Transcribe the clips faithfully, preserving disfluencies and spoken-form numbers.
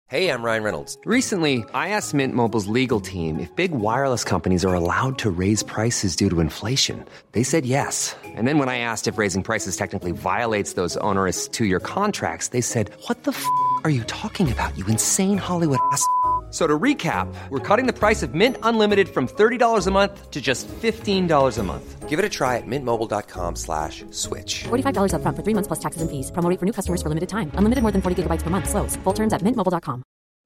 Hey, I'm Ryan Reynolds. Recently, I asked Mint Mobile's legal team if big wireless companies are allowed to raise prices due to inflation. They said yes. And then when I asked if raising prices technically violates those onerous two-year contracts, they said, what the f*** are you talking about, you insane Hollywood ass f- So to recap, we're cutting the price of Mint Unlimited from thirty dollars a month to just fifteen dollars a month. Give it a try at mintmobile.com slash switch. forty-five dollars up front for three months plus taxes and fees. Promo rate for new customers for limited time. Unlimited more than forty gigabytes per month. Slows full terms at mint mobile dot com.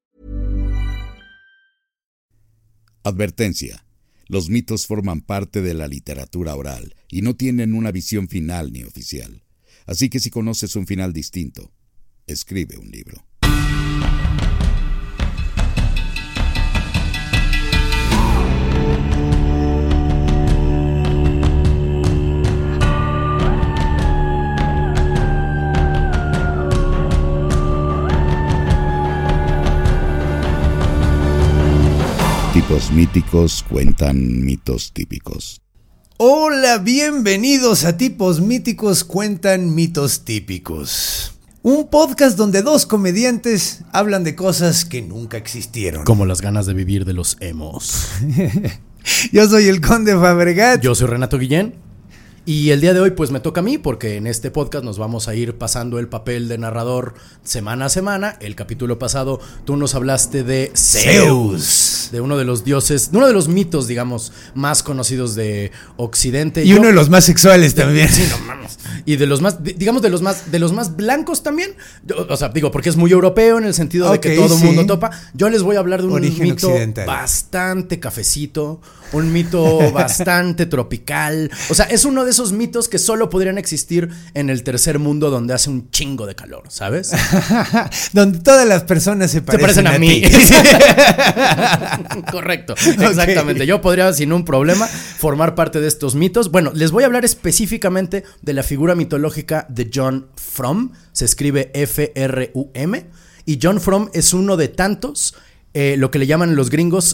Advertencia. Los mitos forman parte de la literatura oral y no tienen una visión final ni oficial. Así que si conoces un final distinto, escribe un libro. Tipos míticos cuentan mitos típicos. Hola, bienvenidos a Tipos Míticos Cuentan Mitos Típicos. Un podcast donde dos comediantes hablan de cosas que nunca existieron. Como las ganas de vivir de los emos. Yo soy el Conde Fabregat. Yo soy Renato Guillén. Y el día de hoy pues me toca a mí porque en este podcast nos vamos a ir pasando el papel de narrador semana a semana. El capítulo pasado tú nos hablaste de Zeus, de uno de los dioses, de uno de los mitos, digamos, más conocidos de Occidente. Y Yo, uno de los más sexuales de, también. Sí, no mames. Y de los más, digamos, de los más, de los más blancos también. O sea, digo, porque es muy europeo en el sentido okay, de que todo el sí. mundo topa. Yo les voy a hablar de un Origen mito occidental. Bastante cafecito, un mito bastante tropical. O sea, es uno de esos mitos que solo podrían existir en el tercer mundo donde hace un chingo de calor, ¿sabes? Donde todas las personas se parecen, se parecen a, a mí. Correcto, exactamente. Okay. Yo podría sin un problema formar parte de estos mitos. Bueno, les voy a hablar específicamente de la figura mitológica de John Frum. Se escribe F R U M. Y John Frum es uno de tantos, eh, lo que le llaman los gringos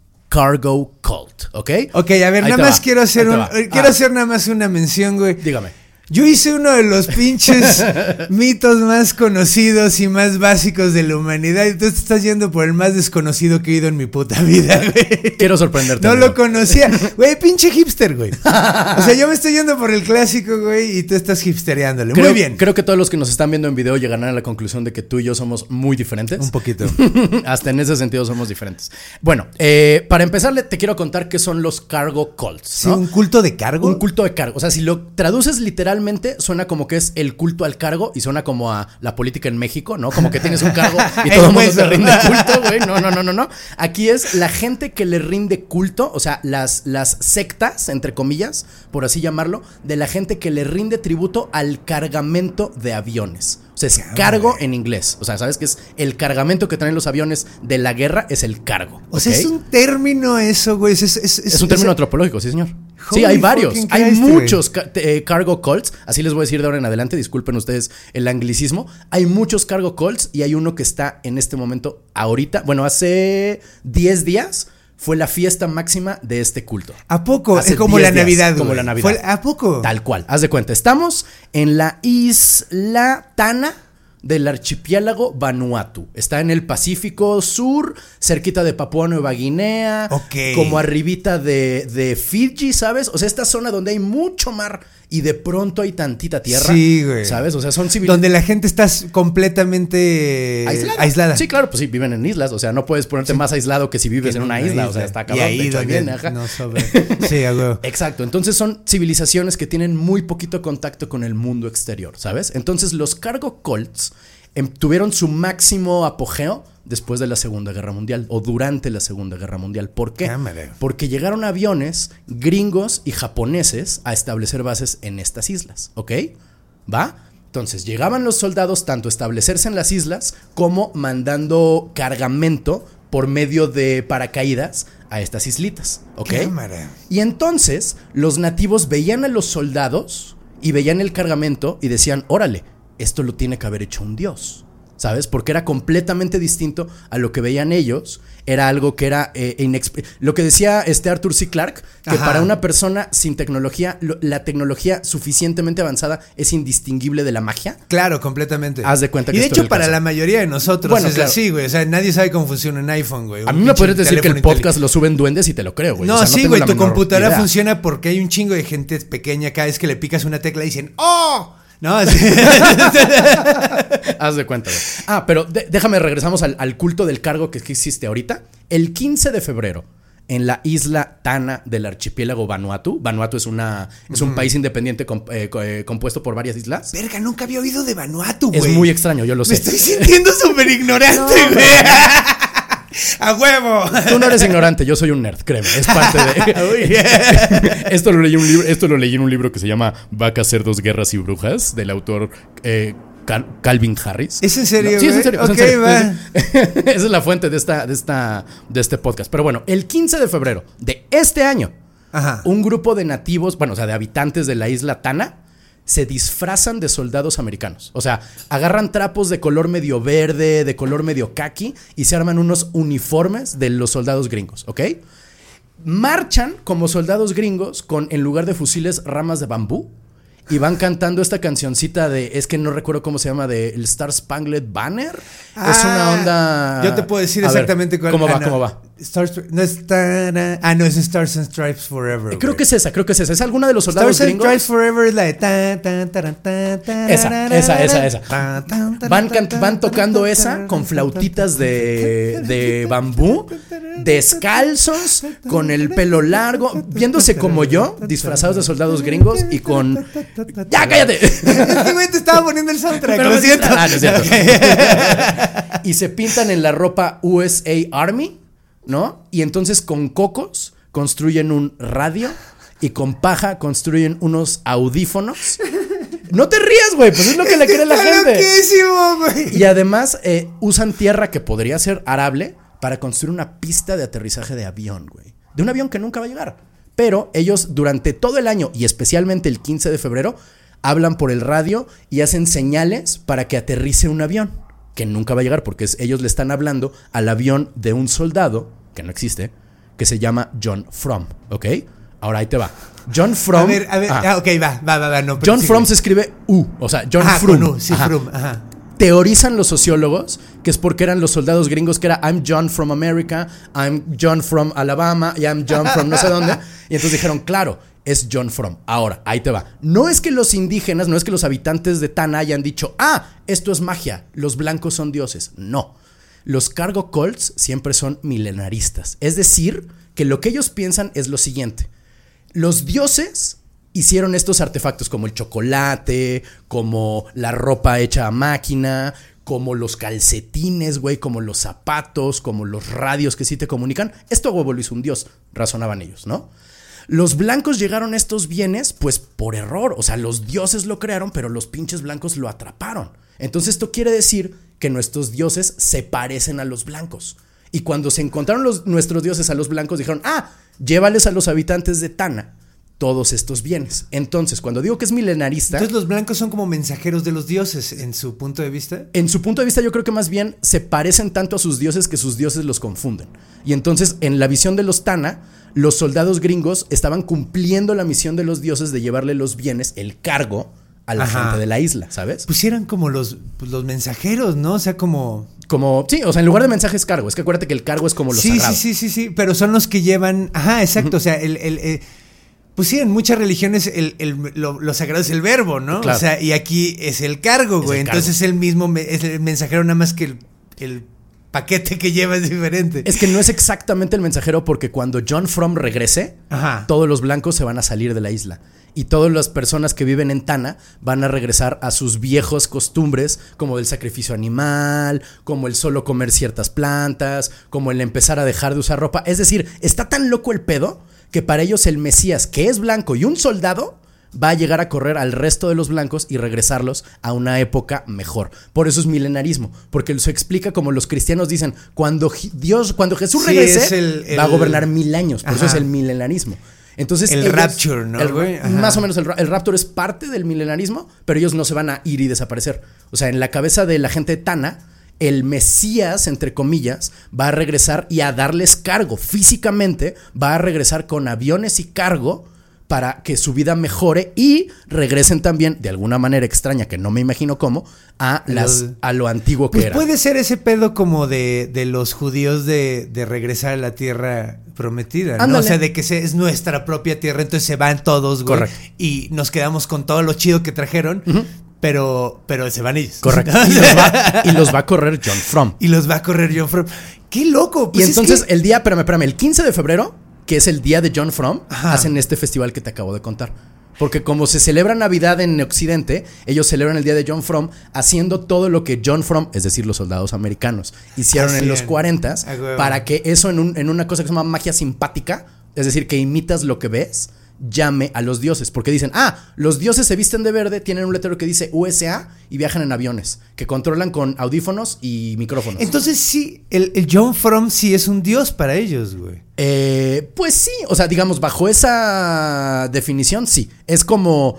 cargo cult, ¿ok? Ok, a ver, Ahí nada más va. quiero hacer un, quiero ah. hacer nada más una mención, güey. Dígame. Yo hice uno de los pinches mitos más conocidos y más básicos de la humanidad y tú te estás yendo por el más desconocido que he ido en mi puta vida, güey. Quiero sorprenderte. No amigo. Lo conocía. Güey, pinche hipster, güey. O sea, yo me estoy yendo por el clásico, güey, y tú estás hipstereándole. Creo, muy bien. Creo que todos los que nos están viendo en video llegarán a la conclusión de que tú y yo somos muy diferentes. Un poquito. Hasta en ese sentido somos diferentes. Bueno, eh, para empezarle te quiero contar qué son los cargo cults, ¿no? Sí, un culto de cargo. Un culto de cargo. O sea, si lo traduces literalmente, suena como que es el culto al cargo y suena como a la política en México, ¿no? Como que tienes un cargo y todo el mundo te rinde culto, güey. No, no, no, no, no. Aquí es la gente que le rinde culto, o sea, las, las sectas, entre comillas, por así llamarlo, de la gente que le rinde tributo al cargamento de aviones. O sea, es cargo en inglés. O sea, ¿sabes qué es? El cargamento que traen los aviones de la guerra es el cargo. O sea, ¿okay? Es un término eso, güey. Es, es, es, es un término es, antropológico, sí, señor. Sí, hay varios. Hay Christ, muchos ca- eh, cargo cults. Así les voy a decir de ahora en adelante. Disculpen ustedes el anglicismo. Hay muchos cargo cults y hay uno que está en este momento, ahorita. Bueno, hace diez días fue la fiesta máxima de este culto. ¿A poco? Es como la Navidad, güey. Como la Navidad. ¿Fue, ¿A poco? Tal cual. Haz de cuenta. Estamos en la isla Tana del archipiélago Vanuatu. Está en el Pacífico Sur, cerquita de Papúa Nueva Guinea, okay. Como arribita de, de Fiji, ¿sabes? O sea, esta zona donde hay mucho mar y de pronto hay tantita tierra. Sí, güey. ¿Sabes? O sea, son civilizaciones donde la gente está completamente aislada. aislada. Sí, claro, pues sí, viven en islas. O sea, no puedes ponerte sí. más aislado que si vives que en una, una isla. isla. O sea, está acabado. Y ahí donde viene, ajá. No sobre. Sí, güey. Exacto. Entonces son civilizaciones que tienen muy poquito contacto con el mundo exterior, ¿sabes? Entonces los cargo cults em, tuvieron su máximo apogeo después de la Segunda Guerra Mundial o durante la Segunda Guerra Mundial. ¿Por qué? Cámara. Porque llegaron aviones gringos y japoneses a establecer bases en estas islas, ¿ok? ¿Va? Entonces llegaban los soldados tanto a establecerse en las islas como mandando cargamento por medio de paracaídas a estas islitas, ¿ok? Cámara. Y entonces los nativos veían a los soldados y veían el cargamento y decían, órale, esto lo tiene que haber hecho un dios. ¿sabes? Porque era completamente distinto a lo que veían ellos. Era algo que era eh, inexp- lo que decía este Arthur C. Clarke, que Ajá. para una persona sin tecnología, lo, la tecnología suficientemente avanzada es indistinguible de la magia. Claro, completamente. Haz de cuenta que y de esto hecho para caso. La mayoría de nosotros bueno, es claro. así, güey. O sea, nadie sabe cómo funciona un iPhone, güey. A mí me podrías decir que el podcast lo suben duendes y te lo creo, güey. No, o sea, sí, güey. Tu computadora idea. funciona porque hay un chingo de gente pequeña. Cada vez que le picas una tecla dicen ¡oh! No, así. Haz de cuenta, güey. Ah, pero de, déjame, regresamos al, al culto del cargo que existe ahorita. El quince de febrero, en la isla Tana del archipiélago Vanuatu. Vanuatu es una es un mm. país independiente comp, eh, eh, compuesto por varias islas. Verga, nunca había oído de Vanuatu, güey. Es muy extraño, yo lo sé. Me estoy sintiendo súper ignorante, no, güey. ¡A huevo! Tú no eres ignorante, yo soy un nerd, créeme. Es parte de. esto, lo leí un libro, esto lo leí en un libro que se llama Vacas, Cerdos, Guerras y Brujas, del autor eh, Cal- Calvin Harris. ¿Es en serio? No, sí, es en serio. Ok, es en serio. va. Esa es la fuente de, esta, de, esta, de este podcast. Pero bueno, el quince de febrero de este año, Ajá. un grupo de nativos, bueno, o sea, de habitantes de la isla Tana, se disfrazan de soldados americanos. O sea, agarran trapos de color medio verde, de color medio caqui, y se arman unos uniformes de los soldados gringos, ¿ok? Marchan como soldados gringos con, en lugar de fusiles, ramas de bambú. Y van cantando esta cancioncita de, es que no recuerdo cómo se llama, de el Star Spangled Banner. Ah, es una onda. Yo te puedo decir a exactamente ver, cuál. ¿Cómo ah, va? No. ¿Cómo va? Stars, no es ta, ah, no, es Stars and Stripes Forever. Creo wey. que es esa, creo que es esa. ¿Es alguna de los soldados Stars gringos? Stars and Stripes Forever es la de ta, ta, ta, ta, ta, esa, esa, esa, esa. Ta, ta, ta, van, can, van tocando esa con flautitas de, de bambú, descalzos, con el pelo largo, viéndose como yo, disfrazados de soldados gringos y con. ¡Ya, cállate! Este güey te estaba poniendo el soundtrack, lo siento. Ah, no es cierto. Y se pintan en la ropa U S A Army, ¿no? Y entonces con cocos construyen un radio y con paja construyen unos audífonos. No te rías, güey, pues es lo que le cree la gente. Loquísimo, güey. Y además eh, usan tierra que podría ser arable para construir una pista de aterrizaje de avión, güey. De un avión que nunca va a llegar. Pero ellos durante todo el año y especialmente el quince de febrero hablan por el radio y hacen señales para que aterrice un avión que nunca va a llegar porque es, ellos le están hablando al avión de un soldado que no existe, que se llama John Frum, ¿ok? Ahora ahí te va. John Frum. A ver, a ver, ah, ok, va, va, va, va no, John Frum se escribe U, o sea, John ajá, Frum. Con U, sí, ajá. Frum, ajá. Teorizan los sociólogos que es porque eran los soldados gringos que era I'm John from America, I'm John from Alabama y I'm John from no sé dónde. Y entonces dijeron, claro, es John Frum. Ahora, ahí te va. No es que los indígenas, no es que los habitantes de Tana hayan dicho, ah, esto es magia, los blancos son dioses. No. Los cargo cults siempre son milenaristas. Es decir, que lo que ellos piensan es lo siguiente. Los dioses hicieron estos artefactos como el chocolate, como la ropa hecha a máquina, como los calcetines, güey, como los zapatos, como los radios que sí te comunican. Esto, huevo, lo hizo un dios, razonaban ellos, ¿no? Los blancos llegaron a estos bienes, pues, por error. O sea, los dioses lo crearon, pero los pinches blancos lo atraparon. Entonces, esto quiere decir que nuestros dioses se parecen a los blancos. Y cuando se encontraron los, nuestros dioses a los blancos, dijeron, ah, llévales a los habitantes de Tana todos estos bienes. Entonces, cuando digo que es milenarista... Entonces, ¿los blancos son como mensajeros de los dioses en su punto de vista? En su punto de vista, yo creo que más bien se parecen tanto a sus dioses que sus dioses los confunden. Y entonces, en la visión de los Tana, los soldados gringos estaban cumpliendo la misión de los dioses de llevarle los bienes, el cargo, a la Ajá. gente de la isla, ¿sabes? Pues eran como los, pues los mensajeros, ¿no? O sea, como... Como, sí, o sea, en lugar de mensajes cargo. Es que acuérdate que el cargo es como lo sí, sagrado. Sí, sí, sí, sí, pero son los que llevan... Ajá, exacto, uh-huh. o sea, el... el, el pues sí, en muchas religiones el, el, lo, lo sagrado es el verbo, ¿no? Claro. O sea, y aquí es el cargo, güey. Entonces el mismo, es el mensajero, nada más que el, el paquete que lleva es diferente. Es que no es exactamente el mensajero porque cuando John Frum regrese, Ajá. todos los blancos se van a salir de la isla. Y todas las personas que viven en Tana van a regresar a sus viejos costumbres, como el sacrificio animal, como el solo comer ciertas plantas, como el empezar a dejar de usar ropa. Es decir, está tan loco el pedo que para ellos el Mesías, que es blanco y un soldado, va a llegar a correr al resto de los blancos y regresarlos a una época mejor. Por eso es milenarismo, porque se explica como los cristianos dicen, cuando Dios, cuando Jesús regrese, sí, el, el... va a gobernar mil años. Por Ajá. eso es el milenarismo. Entonces el ellos, rapture, ¿no, el, güey? Más o menos el, el rapture es parte del milenarismo, pero ellos no se van a ir y desaparecer. O sea, en la cabeza de la gente de Tana, el Mesías, entre comillas, va a regresar y a darles cargo. Físicamente va a regresar con aviones y cargo para que su vida mejore y regresen también, de alguna manera extraña, que no me imagino cómo, a, las, a lo antiguo que pues era. Puede ser ese pedo como de, de los judíos de, de regresar a la tierra prometida, ¿no? Ándale. O sea, de que se, es nuestra propia tierra, entonces se van todos, güey. Correcto. Y nos quedamos con todo lo chido que trajeron, uh-huh. pero, pero se van ellos. Correcto. Y los, va, y los va a correr John Frum. Y los va a correr John Frum. ¡Qué loco! Pues y entonces es que... el día, espérame, espérame, el quince de febrero, que es el día de John Frum, Ajá. hacen este festival que te acabo de contar. Porque como se celebra Navidad en Occidente, ellos celebran el día de John Frum haciendo todo lo que John Frum, es decir, los soldados americanos, hicieron Así en los cuarentas para que eso en, un, en una cosa que se llama magia simpática, es decir, que imitas lo que ves, llame a los dioses. Porque dicen, ah, los dioses se visten de verde, tienen un letrero que dice U S A y viajan en aviones, que controlan con audífonos y micrófonos. Entonces sí, el, el John Frum sí es un dios para ellos, güey. Eh, pues sí, o sea, digamos, bajo esa definición, sí. Es como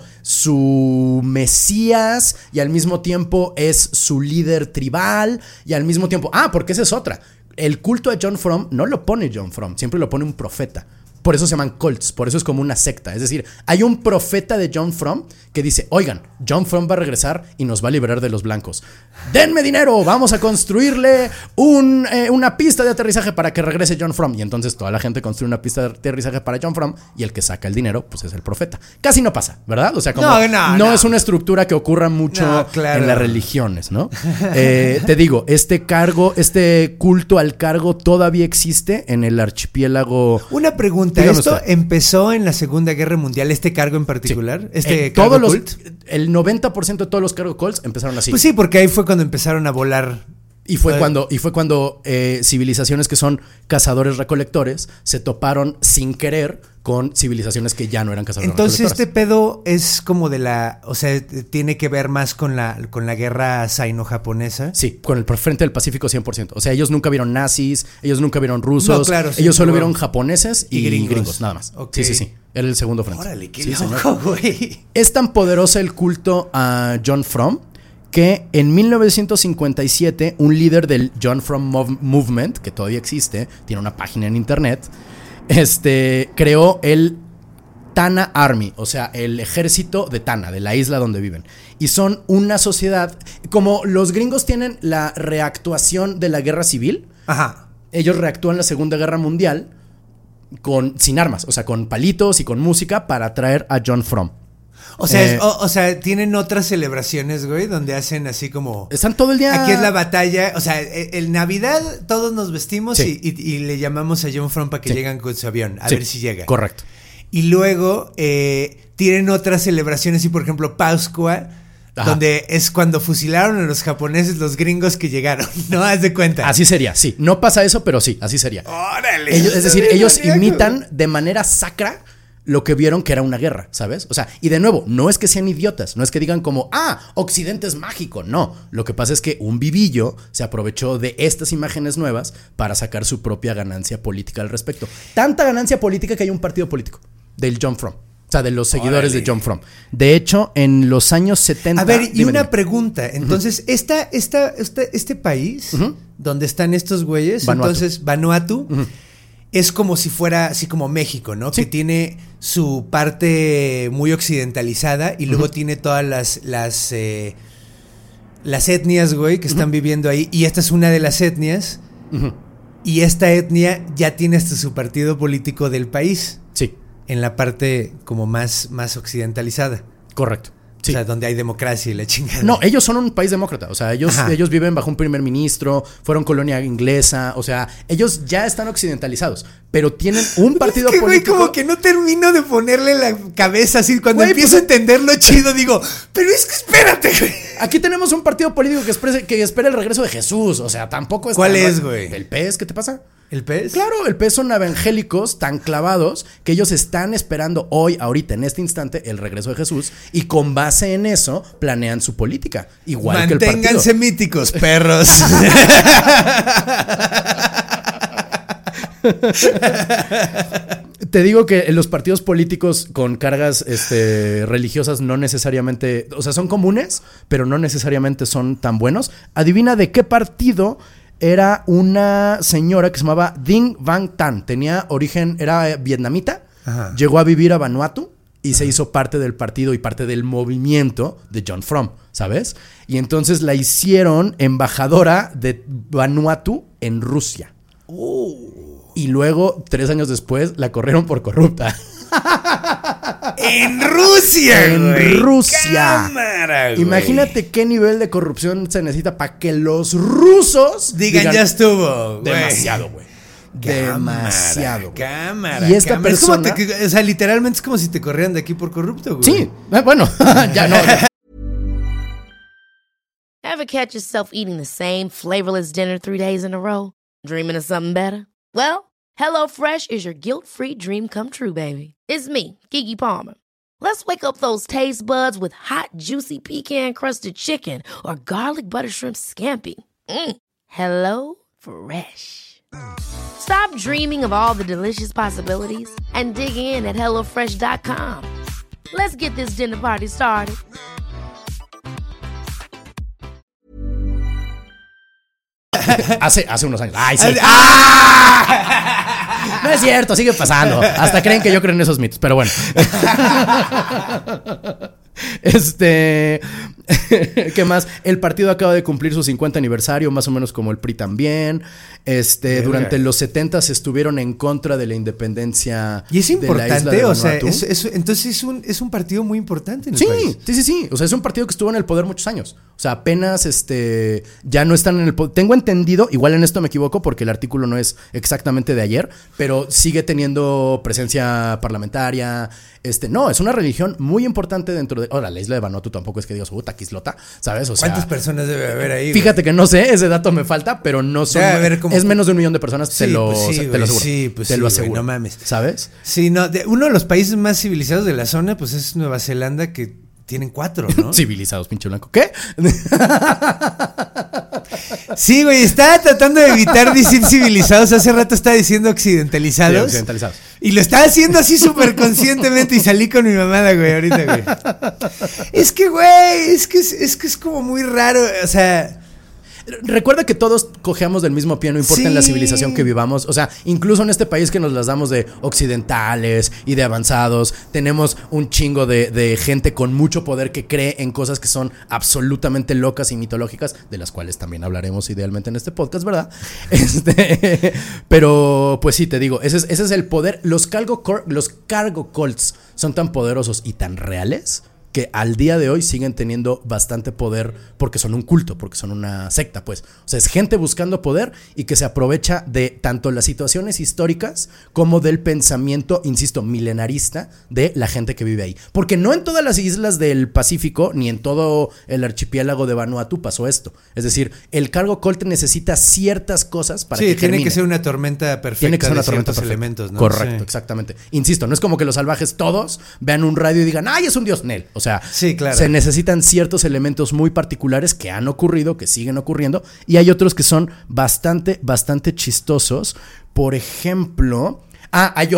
su mesías y al mismo tiempo es su líder tribal y al mismo tiempo... Ah, porque esa es otra. El culto a John Frum no lo pone John Frum, siempre lo pone un profeta. Por eso se llaman cults, por eso es como una secta. Es decir, hay un profeta de John Frum que dice, oigan, John Frum va a regresar y nos va a liberar de los blancos. Denme dinero, vamos a construirle un, eh, una pista de aterrizaje para que regrese John Frum. Y entonces toda la gente construye una pista de aterrizaje para John Frum y el que saca el dinero, pues es el profeta. Casi no pasa, ¿verdad? O sea, como no, no, no, no. es una estructura que ocurra mucho no, claro. en las religiones, ¿no? eh, te digo, este cargo, este culto al cargo todavía existe en el archipiélago. Una pregunta. ¿Esto usted. empezó en la Segunda Guerra Mundial, este cargo en particular? Sí. ¿Este eh, cargo todos los, cult? El noventa por ciento de todos los cargo cults empezaron así. Pues sí, porque ahí fue cuando empezaron a volar. Y fue eh. cuando, y fue cuando eh, civilizaciones que son cazadores-recolectores se toparon sin querer con civilizaciones que ya no eran cazadores-recolectores. Entonces este pedo es como de la... O sea, tiene que ver más con la, con la guerra sino-japonesa. Sí, con el frente del Pacífico cien por ciento. O sea, ellos nunca vieron nazis, ellos nunca vieron rusos. No, claro, sí, ellos solo bueno. vieron japoneses y, y gringos. gringos, nada más. Okay. Sí, sí, sí. Era el segundo frente. Órale, qué sí, loco, güey. Es tan poderoso el culto a John Frum que en mil novecientos cincuenta y siete un líder del John Frum Mov- Movement, que todavía existe, tiene una página en internet, este, creó el Tana Army, o sea, el ejército de Tana, de la isla donde viven. Y son una sociedad, como los gringos tienen la reactuación de la guerra civil, Ajá. ellos reactúan la Segunda Guerra Mundial con, sin armas, o sea, con palitos y con música para traer a John Frum. O sea, eh, es, o, o sea, tienen otras celebraciones, güey, donde hacen así como... Están todo el día... Aquí es la batalla, o sea, el, el Navidad todos nos vestimos sí. y, y, y le llamamos a John Frum para que sí. lleguen con su avión, a sí. ver si llega. Correcto. Y luego eh, tienen otras celebraciones, y por ejemplo, Pascua, Ajá. donde es cuando fusilaron a los japoneses, los gringos que llegaron, ¿no? Haz de cuenta. Así sería, sí. No pasa eso, pero sí, así sería. ¡Órale! Ellos, es decir, ellos imitan de manera sacra lo que vieron que era una guerra, ¿sabes? O sea, y de nuevo, no es que sean idiotas, no es que digan como, ah, Occidente es mágico, no. Lo que pasa es que un vivillo se aprovechó de estas imágenes nuevas para sacar su propia ganancia política al respecto. Tanta ganancia política que hay un partido político del John Frum. O sea, de los seguidores Órale. de John Frum. De hecho, en los años setenta... A ver, y dime, una dime. pregunta. Entonces, uh-huh. esta, esta, esta, este país, uh-huh. donde están estos güeyes, Vanuatu. entonces, Vanuatu... Uh-huh. Es como si fuera así como México, ¿no? Sí. Que tiene su parte muy occidentalizada y luego uh-huh. tiene todas las las, eh, las etnias, güey, que uh-huh. están viviendo ahí. Y esta es una de las etnias. Uh-huh. Y esta etnia ya tiene hasta su partido político del país. Sí. En la parte como más, más occidentalizada. Correcto. Sí. O sea, donde hay democracia y la chingada. No, ellos son un país demócrata. O sea, ellos, ellos viven bajo un primer ministro, fueron colonia inglesa. O sea, ellos ya están occidentalizados, pero tienen un partido es que, político. Güey, como que no termino de ponerle la cabeza así. Cuando güey, empiezo pues, a entender lo chido, digo, pero es que espérate, güey. Aquí tenemos un partido político que, exprese, que espera el regreso de Jesús. O sea, tampoco es. ¿Cuál es, güey? ¿El P E S? ¿Qué te pasa? ¿El P E S? Claro, el P E S son evangélicos tan clavados que ellos están esperando hoy, ahorita, en este instante, el regreso de Jesús y con base en eso planean su política. Igual que el partido. Manténganse míticos, perros. te digo que los partidos políticos con cargas este, religiosas no necesariamente, o sea, son comunes, pero no necesariamente son tan buenos. Adivina de qué partido era una señora que se llamaba Dinh Van Tan. Tenía origen, era vietnamita, Ajá. llegó a vivir a Vanuatu y Ajá. se hizo parte del partido y parte del movimiento de John Frum, ¿sabes? Y entonces la hicieron embajadora de Vanuatu en Rusia. Uh. Y luego, tres años después, la corrieron por corrupta. ¡En Rusia! En güey. Rusia. Cámara, güey. Imagínate qué nivel de corrupción se necesita para que los rusos digan, digan ya estuvo. Demasiado, güey. Demasiado. Cámara. Y esta cámara. persona. Es como te, o sea, literalmente es como si te corrieran de aquí por corrupto, güey. Sí. Bueno, ya no. Ever catch yourself eating the same flavorless dinner three days in a row? Dreaming of something better? Well, HelloFresh is your guilt-free dream come true, baby. It's me, Keke Palmer. Let's wake up those taste buds with hot, juicy pecan-crusted chicken or garlic butter shrimp scampi. Mm. Hello Fresh. Stop dreaming of all the delicious possibilities and dig in at hello fresh dot com. Let's get this dinner party started. Hace, hace unos años. ¡Ay, sí! ¡Ah! No es cierto, sigue pasando. Hasta creen que yo creo en esos mitos, pero bueno. Este... ¿Qué más? El partido acaba de cumplir su cincuenta aniversario, más o menos como el P R I también. Este, Verga. Durante los setentas estuvieron en contra de la independencia. Y es importante, de o sea, es, es, entonces es un, es un partido muy importante en el sí, país. Sí, sí, sí. O sea, es un partido que estuvo en el poder muchos años. O sea, apenas este ya no están en el poder. Tengo entendido, igual en esto me equivoco porque el artículo no es exactamente de ayer, pero sigue teniendo presencia parlamentaria. Este, no, es una religión muy importante dentro de. Ahora, la isla de Vanuatu tampoco es que digas, puta, Quislota, ¿sabes? O sea, ¿cuántas personas debe haber ahí? Fíjate güey? Que no sé, ese dato me falta, pero no son. Como... Es menos de un millón de personas, sí, te lo, pues sí, te güey, lo aseguro. Sí, pues te sí, lo aseguro. Güey, no mames. ¿Sabes? Sí, no, de, uno de los países más civilizados de la zona, pues es Nueva Zelanda, que tienen cuatro, ¿no? Civilizados, pinche blanco. ¿Qué? Sí, güey, estaba tratando de evitar decir civilizados. Hace rato estaba diciendo occidentalizados. Sí, occidentalizados. Y lo estaba haciendo así súper conscientemente y salí con mi mamada, güey, ahorita, güey. Es que, güey, es que es, es que es como muy raro, o sea... Recuerda que todos cojeamos del mismo pie, no importa sí. en la civilización que vivamos. O sea, incluso en este país que nos las damos de occidentales y de avanzados, tenemos un chingo de, de gente con mucho poder que cree en cosas que son absolutamente locas y mitológicas, de las cuales también hablaremos idealmente en este podcast, ¿verdad? Este, pero, pues sí, te digo, ese es, ese es el poder. Los cargo, los cargo cults son tan poderosos y tan reales que al día de hoy siguen teniendo bastante poder porque son un culto, porque son una secta, pues. O sea, es gente buscando poder y que se aprovecha de tanto las situaciones históricas como del pensamiento, insisto, milenarista de la gente que vive ahí. Porque no en todas las islas del Pacífico ni en todo el archipiélago de Vanuatu pasó esto. Es decir, el cargo cult necesita ciertas cosas para sí, que tiene termine. que ser una tormenta perfecta. Tiene que ser una de tormenta ciertos perfecta. elementos, ¿no? Correcto, sí. exactamente. Insisto, no es como que los salvajes todos vean un radio y digan, ¡ay, es un dios! Nel. O sea, sí, claro. Se necesitan ciertos elementos muy particulares que han ocurrido, que siguen ocurriendo, y hay otros que son bastante, bastante chistosos. Por ejemplo... Ah, hay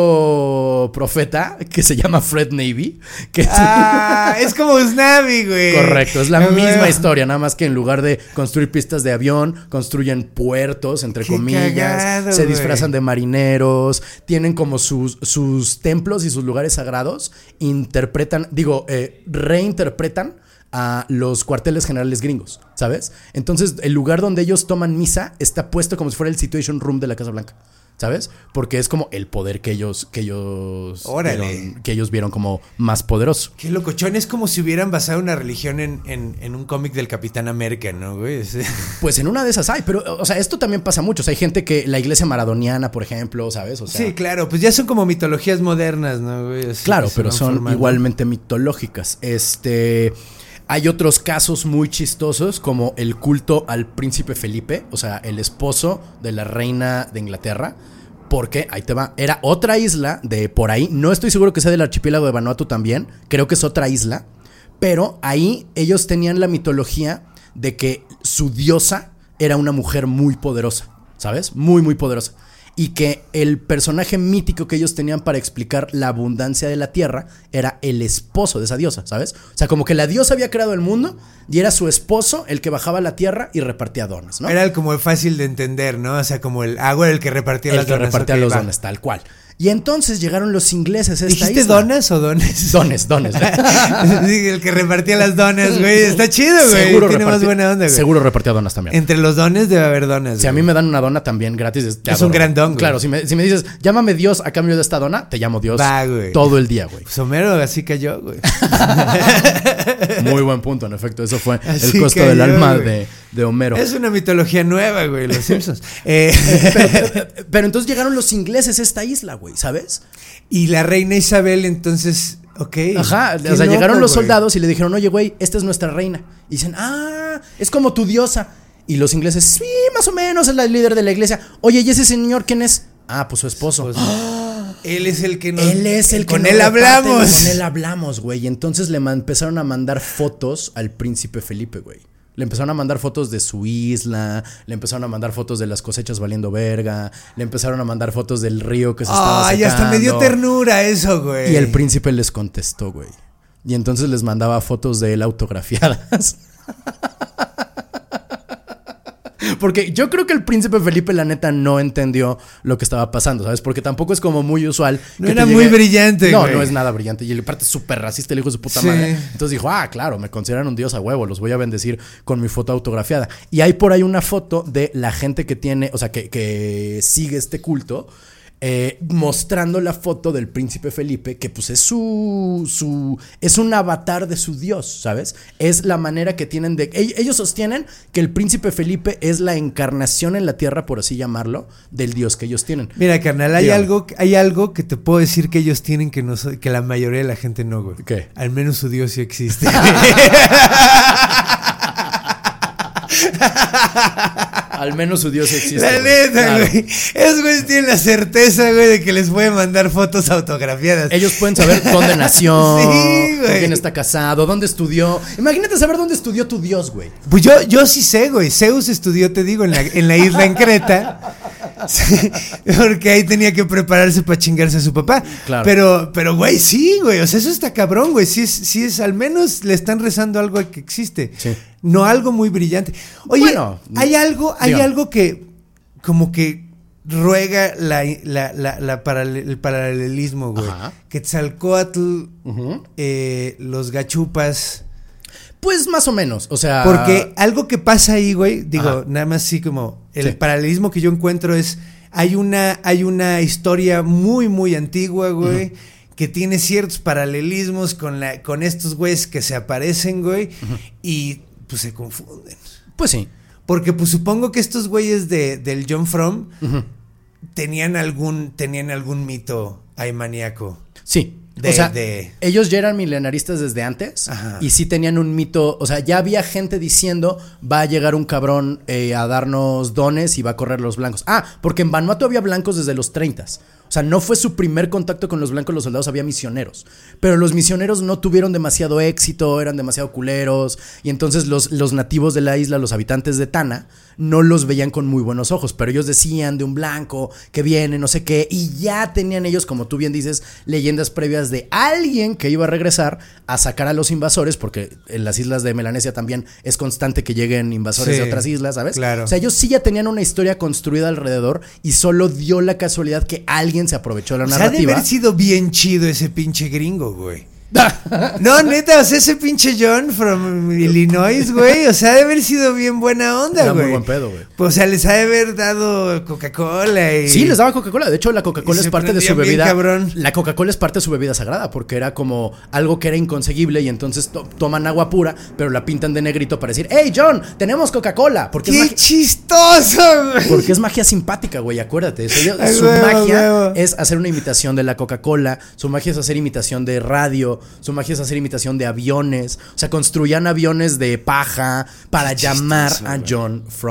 otro profeta que se llama Fred Navy. Que ah, es como Usnavi, güey. Correcto, es la no, misma güey. historia, nada más que en lugar de construir pistas de avión, construyen puertos, entre Qué comillas. cagado, se güey. disfrazan de marineros, tienen como sus, sus templos y sus lugares sagrados, interpretan, digo, eh, reinterpretan a los cuarteles generales gringos, ¿sabes? Entonces, el lugar donde ellos toman misa está puesto como si fuera el Situation Room de la Casa Blanca. ¿Sabes? Porque es como el poder que ellos que ellos vieron, que ellos vieron como más poderoso. Qué locochón, es como si hubieran basado una religión en, en, en un cómic del Capitán América, ¿no, güey? Sí. Pues en una de esas hay, pero, o sea, esto también pasa mucho. O sea, hay gente que, la iglesia maradoniana, por ejemplo, ¿sabes? O sea, sí, claro, pues ya son como mitologías modernas, ¿no, güey? Así claro, pero son formando. Igualmente mitológicas. Este... Hay otros casos muy chistosos como el culto al príncipe Felipe, o sea, el esposo de la reina de Inglaterra, porque, ahí te va, era otra isla de por ahí, no estoy seguro que sea del archipiélago de Vanuatu también, creo que es otra isla, pero ahí ellos tenían la mitología de que su diosa era una mujer muy poderosa, ¿sabes? Muy, muy poderosa. y que el personaje mítico que ellos tenían para explicar la abundancia de la tierra era el esposo de esa diosa, ¿sabes? O sea, como que la diosa había creado el mundo y era su esposo el que bajaba a la tierra y repartía dones, ¿no? Era como fácil de entender, ¿no? O sea, como el agua era el que repartía el las que donas. repartía okay, los va. dones, tal cual. Y entonces llegaron los ingleses a esta ¿Dijiste isla. donas o dones? Dones, dones. Sí, el que repartía las donas, güey. Está chido, güey. Seguro Tiene repartí- más buena onda, güey. Seguro repartía donas también. Entre los dones debe haber donas. Si a güey. mí me dan una dona también gratis, es, te Es adoro. un gran don, güey. Claro, si me, si me dices, llámame Dios a cambio de esta dona, te llamo Dios Va, güey. todo el día, güey. Pues Homero así cayó, güey. Muy buen punto, en efecto. Eso fue Así el costo cayó, del alma güey. de, de Homero. Es una mitología nueva, güey, los Simpsons. Eh, Pero, pero entonces llegaron los ingleses a esta isla, güey, ¿sabes? y la reina Isabel, entonces, ok. Ajá, Qué o sea, loco, llegaron los güey. soldados y le dijeron, oye, güey, esta es nuestra reina. Y dicen, ah, es como tu diosa. Y los ingleses, sí, más o menos, es la líder de la iglesia. Oye, ¿y ese señor quién es? Ah, pues su esposo. Pues, él es el que nos. Él es el que con nos él reparte, hablamos. güey, Con él hablamos, güey. Y entonces le man- empezaron a mandar fotos al príncipe Felipe, güey. Le empezaron a mandar fotos de su isla, le empezaron a mandar fotos de las cosechas valiendo verga, le empezaron a mandar fotos del río que se estaba Ay, secando. hasta me dio ternura eso, güey. Y el príncipe les contestó, güey. Y entonces les mandaba fotos de él autografiadas. Porque yo creo que el príncipe Felipe, la neta, no entendió lo que estaba pasando, ¿sabes? Porque tampoco es como muy usual. No que era te muy llegue- brillante, No, güey. no es nada brillante. Y aparte es súper racista el hijo de su puta Sí. madre. Entonces dijo, ah, claro, me consideran un dios a huevo, los voy a bendecir con mi foto autografiada. Y hay por ahí una foto de la gente que tiene, o sea, que, que sigue este culto. Eh, mostrando la foto del príncipe Felipe, que pues es su, su es un avatar de su dios, ¿sabes? Es la manera que tienen de... Ellos sostienen que el príncipe Felipe es la encarnación en la tierra, por así llamarlo, del dios que ellos tienen. Mira, carnal, hay Dígame. algo, hay algo que te puedo decir que ellos tienen que, no, que la mayoría de la gente no, güey. ¿Qué? Al menos su Dios sí existe. Al menos su dios existe. La güey. neta, Claro. güey. Esos güeyes tienen la certeza, güey, de que les pueden mandar fotos autografiadas. Ellos pueden saber dónde nació, Sí, güey. con quién está casado, dónde estudió. Imagínate saber dónde estudió tu dios, güey. Pues yo, yo sí sé, güey. Zeus estudió, te digo, en la, en la isla en Creta. Sí, porque ahí tenía que prepararse para chingarse a su papá. Claro. Pero, pero, güey, sí, güey. O sea, eso está cabrón, güey. Sí es, sí es, al menos le están rezando algo que existe. Sí. No algo muy brillante. Oye, Bueno, hay algo, hay dígame. algo que como que ruega la, la, la, la paralel- el paralelismo, güey. Ajá. Quetzalcóatl, Ujú. eh, los gachupas. Pues más o menos, o sea... Porque algo que pasa ahí, güey, digo, Ajá. nada más así como el Sí. paralelismo que yo encuentro es, hay una, hay una historia muy, muy antigua, güey, uh-huh. que tiene ciertos paralelismos con la, con estos güeyes que se aparecen, güey, uh-huh. y pues se confunden. Pues sí. Porque pues supongo que estos güeyes de, del John Frum Uh-huh. tenían algún, tenían algún mito ahí maníaco. Sí. De- o sea, de- ellos ya eran milenaristas desde antes. Ajá. Y sí tenían un mito. O sea, ya había gente diciendo: va a llegar un cabrón eh, a darnos dones y va a correr los blancos. Ah, porque en Vanuatu había blancos desde los treintas. O sea, no fue su primer contacto con los blancos, los soldados, había misioneros. Pero los misioneros no tuvieron demasiado éxito, eran demasiado culeros. Y entonces los, los nativos de la isla, los habitantes de Tana, no los veían con muy buenos ojos. Pero ellos decían de un blanco que viene, no sé qué. Y ya tenían ellos, como tú bien dices, leyendas previas de alguien que iba a regresar a sacar a los invasores. Porque en las islas de Melanesia también es constante que lleguen invasores Sí, de otras islas, ¿sabes? claro. O sea, ellos sí ya tenían una historia construida alrededor. Y solo dio la casualidad que alguien se aprovechó de la O sea, ha de narrativa. haber sido bien chido ese pinche gringo, güey. No, neta, o sea, ese pinche John from Illinois, güey, o sea, ha de haber sido bien buena onda, Era güey. muy buen pedo, güey. Pues, o sea, les ha de haber dado Coca-Cola y... Sí, les daba Coca-Cola. De hecho, la Coca-Cola Y es se parte de su prendían bien bebida. cabrón. La Coca-Cola es parte de su bebida sagrada porque era como algo que era inconseguible y entonces to- toman agua pura, pero la pintan de negrito para decir, hey, John, tenemos Coca-Cola. Porque es ¡Qué magia. chistoso, güey! Porque es magia simpática, güey, acuérdate. Su, Ay, su huevo, magia huevo. es hacer una imitación de la Coca-Cola, su magia es hacer imitación de radio, su magia es hacer imitación de aviones. O sea, construían aviones de paja para Qué llamar chistoso, a güey. John from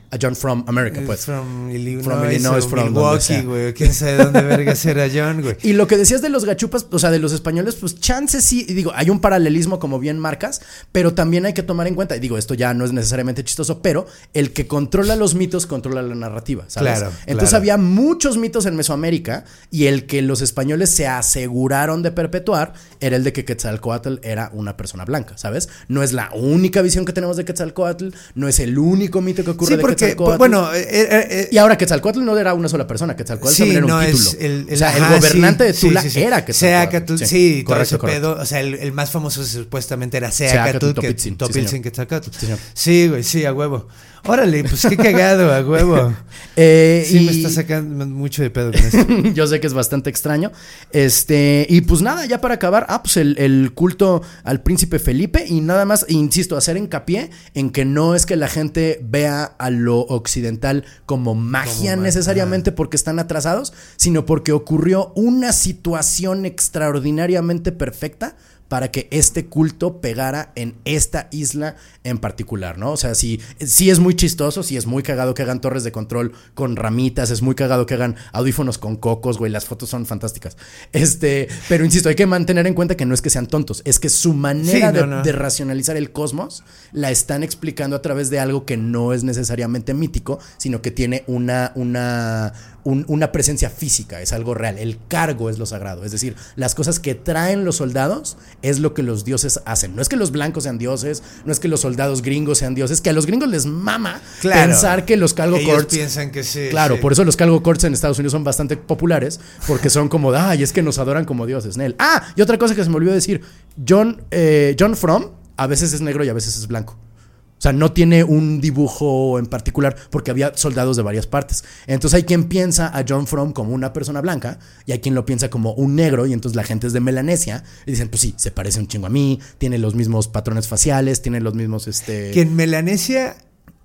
A John from America, pues. From Illinois, from Illinois, from Milwaukee, güey. Quién sabe dónde vergas era John, güey. Y lo que decías de los gachupas, o sea, de los españoles, pues chance sí, digo, hay un paralelismo como bien marcas, pero también hay que tomar en cuenta, y digo, esto ya no es necesariamente chistoso, pero el que controla los mitos controla la narrativa, ¿sabes? Claro, Entonces claro. había muchos mitos en Mesoamérica y el que los españoles se aseguraron de perpetuar era el de que Quetzalcóatl era una persona blanca, ¿sabes? No es la única visión que tenemos de Quetzalcóatl, no es el único mito que ocurre Sí, de porque, Quetzalcóatl. bueno, eh, eh, eh, y ahora Quetzalcóatl no era una sola persona, Quetzalcóatl sí, también era no un título. es el, el, o sea, ajá, el gobernante sí, de Tula sí, sí, sí. era Quetzalcóatl. Seacatl, sí, todo correcto, ese correcto. pedo. O sea, el, el más famoso supuestamente era Seacatl, Seacatl, que Topitzin, Topitzin, sí, Quetzalcóatl. Sí, señor. Sí, güey, sí, a huevo. Órale, pues qué cagado, a huevo. Eh, Sí, y... me está sacando mucho de pedo con esto. Yo sé que es bastante extraño. Este, y pues nada, ya para acabar, ah, pues el, el culto al príncipe Felipe. Y nada más, insisto, hacer hincapié en que no es que la gente vea a lo occidental como magia Como necesariamente porque están atrasados, sino porque ocurrió una situación extraordinariamente perfecta para que este culto pegara en esta isla en particular, ¿no? O sea, sí, sí es muy chistoso, sí es muy cagado que hagan torres de control con ramitas, es muy cagado que hagan audífonos con cocos, güey, las fotos son fantásticas. Este, pero insisto, hay que mantener en cuenta que no es que sean tontos, es que su manera Sí, no, de, no. de racionalizar el cosmos la están explicando a través de algo que no es necesariamente mítico, sino que tiene una, una, un, una presencia física, es algo real. El cargo es lo sagrado, es decir, las cosas que traen los soldados es lo que los dioses hacen. No es que los blancos sean dioses, no es que los soldados gringos sean dioses, que a los gringos les mama Claro. pensar que los Calgo Ellos Courts piensan que sí. Claro, sí. por eso los Calgo Courts en Estados Unidos son bastante populares, porque son como, ay, es que nos adoran como dioses, Nel. Ah, y otra cosa que se me olvidó decir, John, eh, John Frum a veces es negro y a veces es blanco. O sea, no tiene un dibujo en particular porque había soldados de varias partes. Entonces hay quien piensa a John Frum como una persona blanca y hay quien lo piensa como un negro y entonces la gente es de Melanesia y dicen, pues sí, se parece un chingo a mí, tiene los mismos patrones faciales, tiene los mismos, este... Que en Melanesia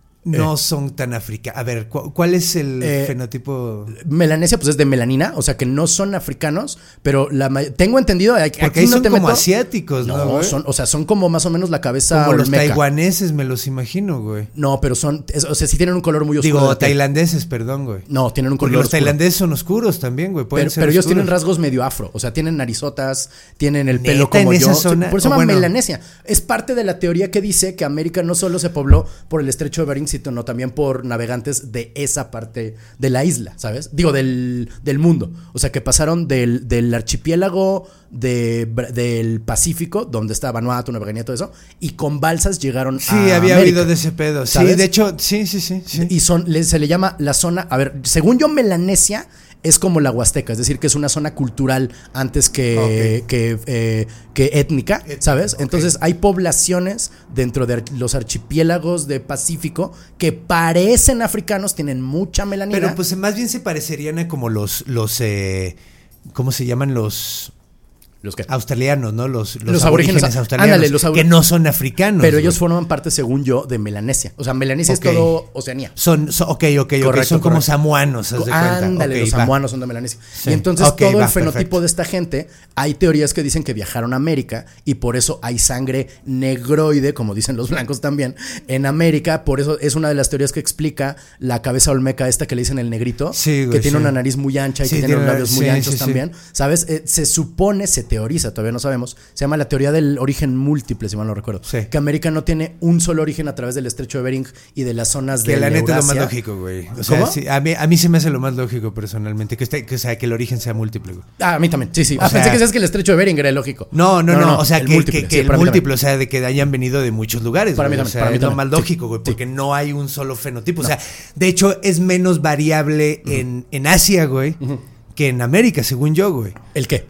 no Eh. son tan africanos. A ver, ¿cu- ¿cuál es el Eh, fenotipo? Melanesia pues es de melanina, o sea que no son africanos, pero la ma- tengo entendido aquí Porque ahí no son te como meto- asiáticos, ¿no? No, güey? son, o sea, son como más o menos la cabeza como los olmeca. taiwaneses, me los imagino, güey. No, pero son, es- o sea, sí tienen un color muy oscuro. de Digo, la piel. tailandeses, perdón, güey. No, tienen un Porque color los oscuro. tailandeses son oscuros también, güey. Pueden Pero, ser pero ellos oscuros. tienen rasgos medio afro, o sea, tienen narizotas, tienen el ¿Neta pelo como en yo. esa zona? Por eso se O llama bueno. Melanesia. Es parte de la teoría que dice que América no solo se pobló por el estrecho de Bering, sino también por navegantes de esa parte de la isla, ¿sabes? Digo, del, del mundo. O sea, que pasaron del, del archipiélago de, del Pacífico, donde está Vanuatu, Nueva Guinea, todo eso, y con balsas llegaron Sí, a había América. oído de ese pedo. Sí, ¿Sabes? de hecho, sí, sí, sí. sí. Y son, le- se le llama la zona, a ver, según yo, Melanesia es como la Huasteca, es decir, que es una zona cultural antes que, Ok. que, eh, que étnica, ¿sabes? ok. Entonces hay poblaciones dentro de los archipiélagos de Pacífico que parecen africanos, tienen mucha melanina. Pero pues más bien se parecerían a como los, los, eh, ¿cómo se llaman los? los que Australianos, ¿no? Los, los, Los aborígenes, aborígenes, australianos. ándale, los abor- que no son africanos. pero güey. ellos forman parte, según yo, de Melanesia. O sea, Melanesia Ok. es todo Oceanía. Son, son ok, ok, ok. Correcto, Son como correcto. samoanos, haz de cuenta. Ándale, Ok, los va. samoanos son de Melanesia. Sí. Y entonces Ok, todo va, el fenotipo perfecto. de esta gente, hay teorías que dicen que viajaron a América y por eso hay sangre negroide, como dicen los blancos también, en América. Por eso es una de las teorías que explica la cabeza olmeca esta que le dicen el negrito, Sí, güey, que tiene sí. una nariz muy ancha y Sí, que tiene tiene los una- labios muy sí, anchos sí, sí. también. ¿Sabes? Eh, se supone, se teoriza, todavía no sabemos, se llama la teoría del origen múltiple, si mal no recuerdo. Sí. Que América no tiene un solo origen a través del estrecho de Bering y de las zonas de Que la neta es lo más Eurasia. lógico, güey. O sea, ¿Cómo? sí, a, mí, a mí se me hace lo más lógico personalmente. Que, esté, que, o sea, que el origen sea múltiple, güey. Ah, a mí también, sí, sí. O Ah, sea- pensé que decías que el estrecho de Bering era lógico. No, no, no. o sea, el que, múltiple, que, que sí, el para mí también. múltiple, o sea, de que hayan venido de muchos lugares. Para güey. mí O también, sea, para mí es lo también. más Sí, lógico, güey, sí. porque no hay un solo fenotipo. O sea, de hecho, es menos variable en, en Asia, güey, que en América, según yo, güey. ¿El qué?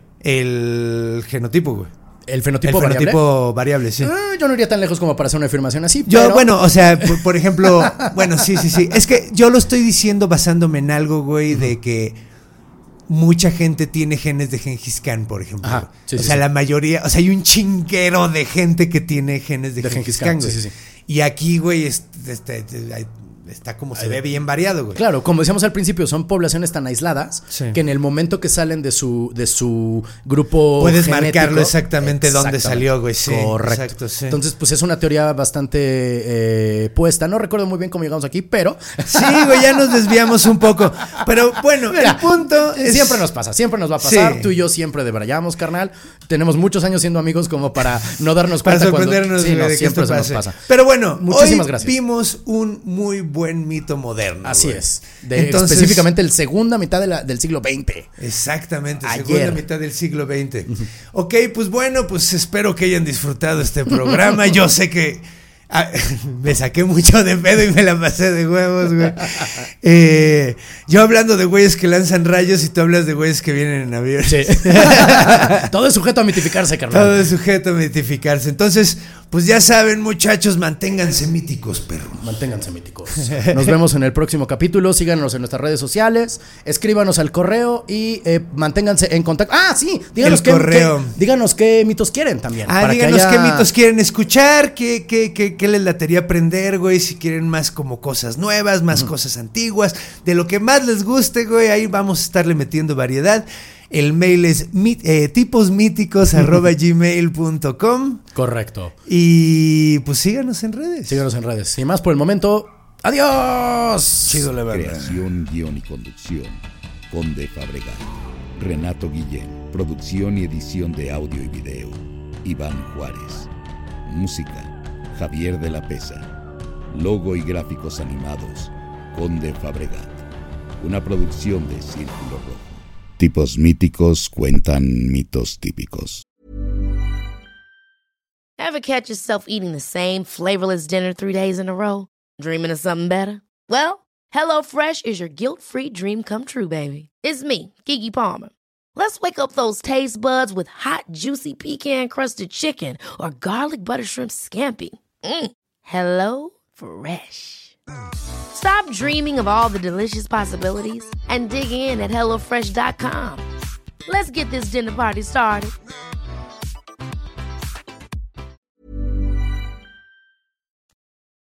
El genotipo, güey. ¿El fenotipo El variable? fenotipo variable, sí. Ah, yo no iría tan lejos como para hacer una afirmación así. Yo, pero- bueno, o sea, por, por ejemplo, bueno, sí, sí, sí. Es que yo lo estoy diciendo basándome en algo, güey, de que mucha gente tiene genes de Gengis Khan, por ejemplo. Ajá, sí, o sí, sea, sí. la mayoría, o sea, hay un chinguero de gente que tiene genes de, De Gengis Gengis Khan, Khan, güey. sí, sí, sí. Y aquí, güey, es- este, hay- está como se ve bien variado, güey. Claro, como decíamos al principio, son poblaciones tan aisladas sí. que en el momento que salen de su, de su grupo puedes genético, marcarlo exactamente, exactamente dónde salió, güey. Sí, correcto. Exacto, sí. Entonces, pues es una teoría bastante eh, puesta. No recuerdo muy bien cómo llegamos aquí, pero... Sí, güey, ya nos desviamos un poco. Pero bueno, mira, el punto es... Siempre nos pasa, siempre nos va a pasar. Sí. Tú y yo siempre debrayamos, carnal. Tenemos muchos años siendo amigos como para no darnos para cuenta sorprendernos cuando... Sí, no, de siempre que se pase. nos pasa. Pero bueno, muchísimas hoy gracias. Vimos un muy buen mito moderno. Así güey. es. De, Entonces, específicamente el segunda mitad de la, del siglo veinte. Exactamente, Ayer. segunda mitad del siglo veinte. Ok, pues bueno, pues espero que hayan disfrutado este programa. Yo sé que ah, me saqué mucho de pedo y me la pasé de huevos, güey. Eh, yo hablando de güeyes que lanzan rayos y tú hablas de güeyes que vienen en avión. Sí. Todo es sujeto a mitificarse, carnal. Todo es sujeto a mitificarse. Entonces, pues ya saben, muchachos, manténganse míticos, perros. Manténganse míticos. Nos vemos en el próximo capítulo. Síganos en nuestras redes sociales. Escríbanos al correo y eh, manténganse en contacto. Ah, sí. Díganos, el qué, correo. Qué, díganos qué mitos quieren también. Ah, para díganos que haya... qué mitos quieren escuchar, qué, qué, qué, qué les latería aprender, güey. Si quieren más como cosas nuevas, más uh-huh. cosas antiguas. De lo que más les guste, güey. Ahí vamos a estarle metiendo variedad. El mail es mit, eh, tiposmíticos arroba gmail punto com. Correcto. Y pues síganos en redes. Síganos en redes. Sin más por el momento, ¡adiós! Chido la verdad. Creación, guión y conducción, Conde Fabregat. Renato Guillén. Producción y edición de audio y video, Iván Juárez. Música, Javier de la Pesa. Logo y gráficos animados, Conde Fabregat. Una producción de Círculo Rojo. Tipos míticos cuentan mitos típicos. Ever catch yourself eating the same flavorless dinner three days in a row? Dreaming of something better? Well, HelloFresh is your guilt-free dream come true, baby. It's me, Keke Palmer. Let's wake up those taste buds with hot, juicy pecan-crusted chicken or garlic butter shrimp scampi. Mm. Hello Fresh. Stop dreaming of all the delicious possibilities and dig in at hello fresh dot com. Let's get this dinner party started.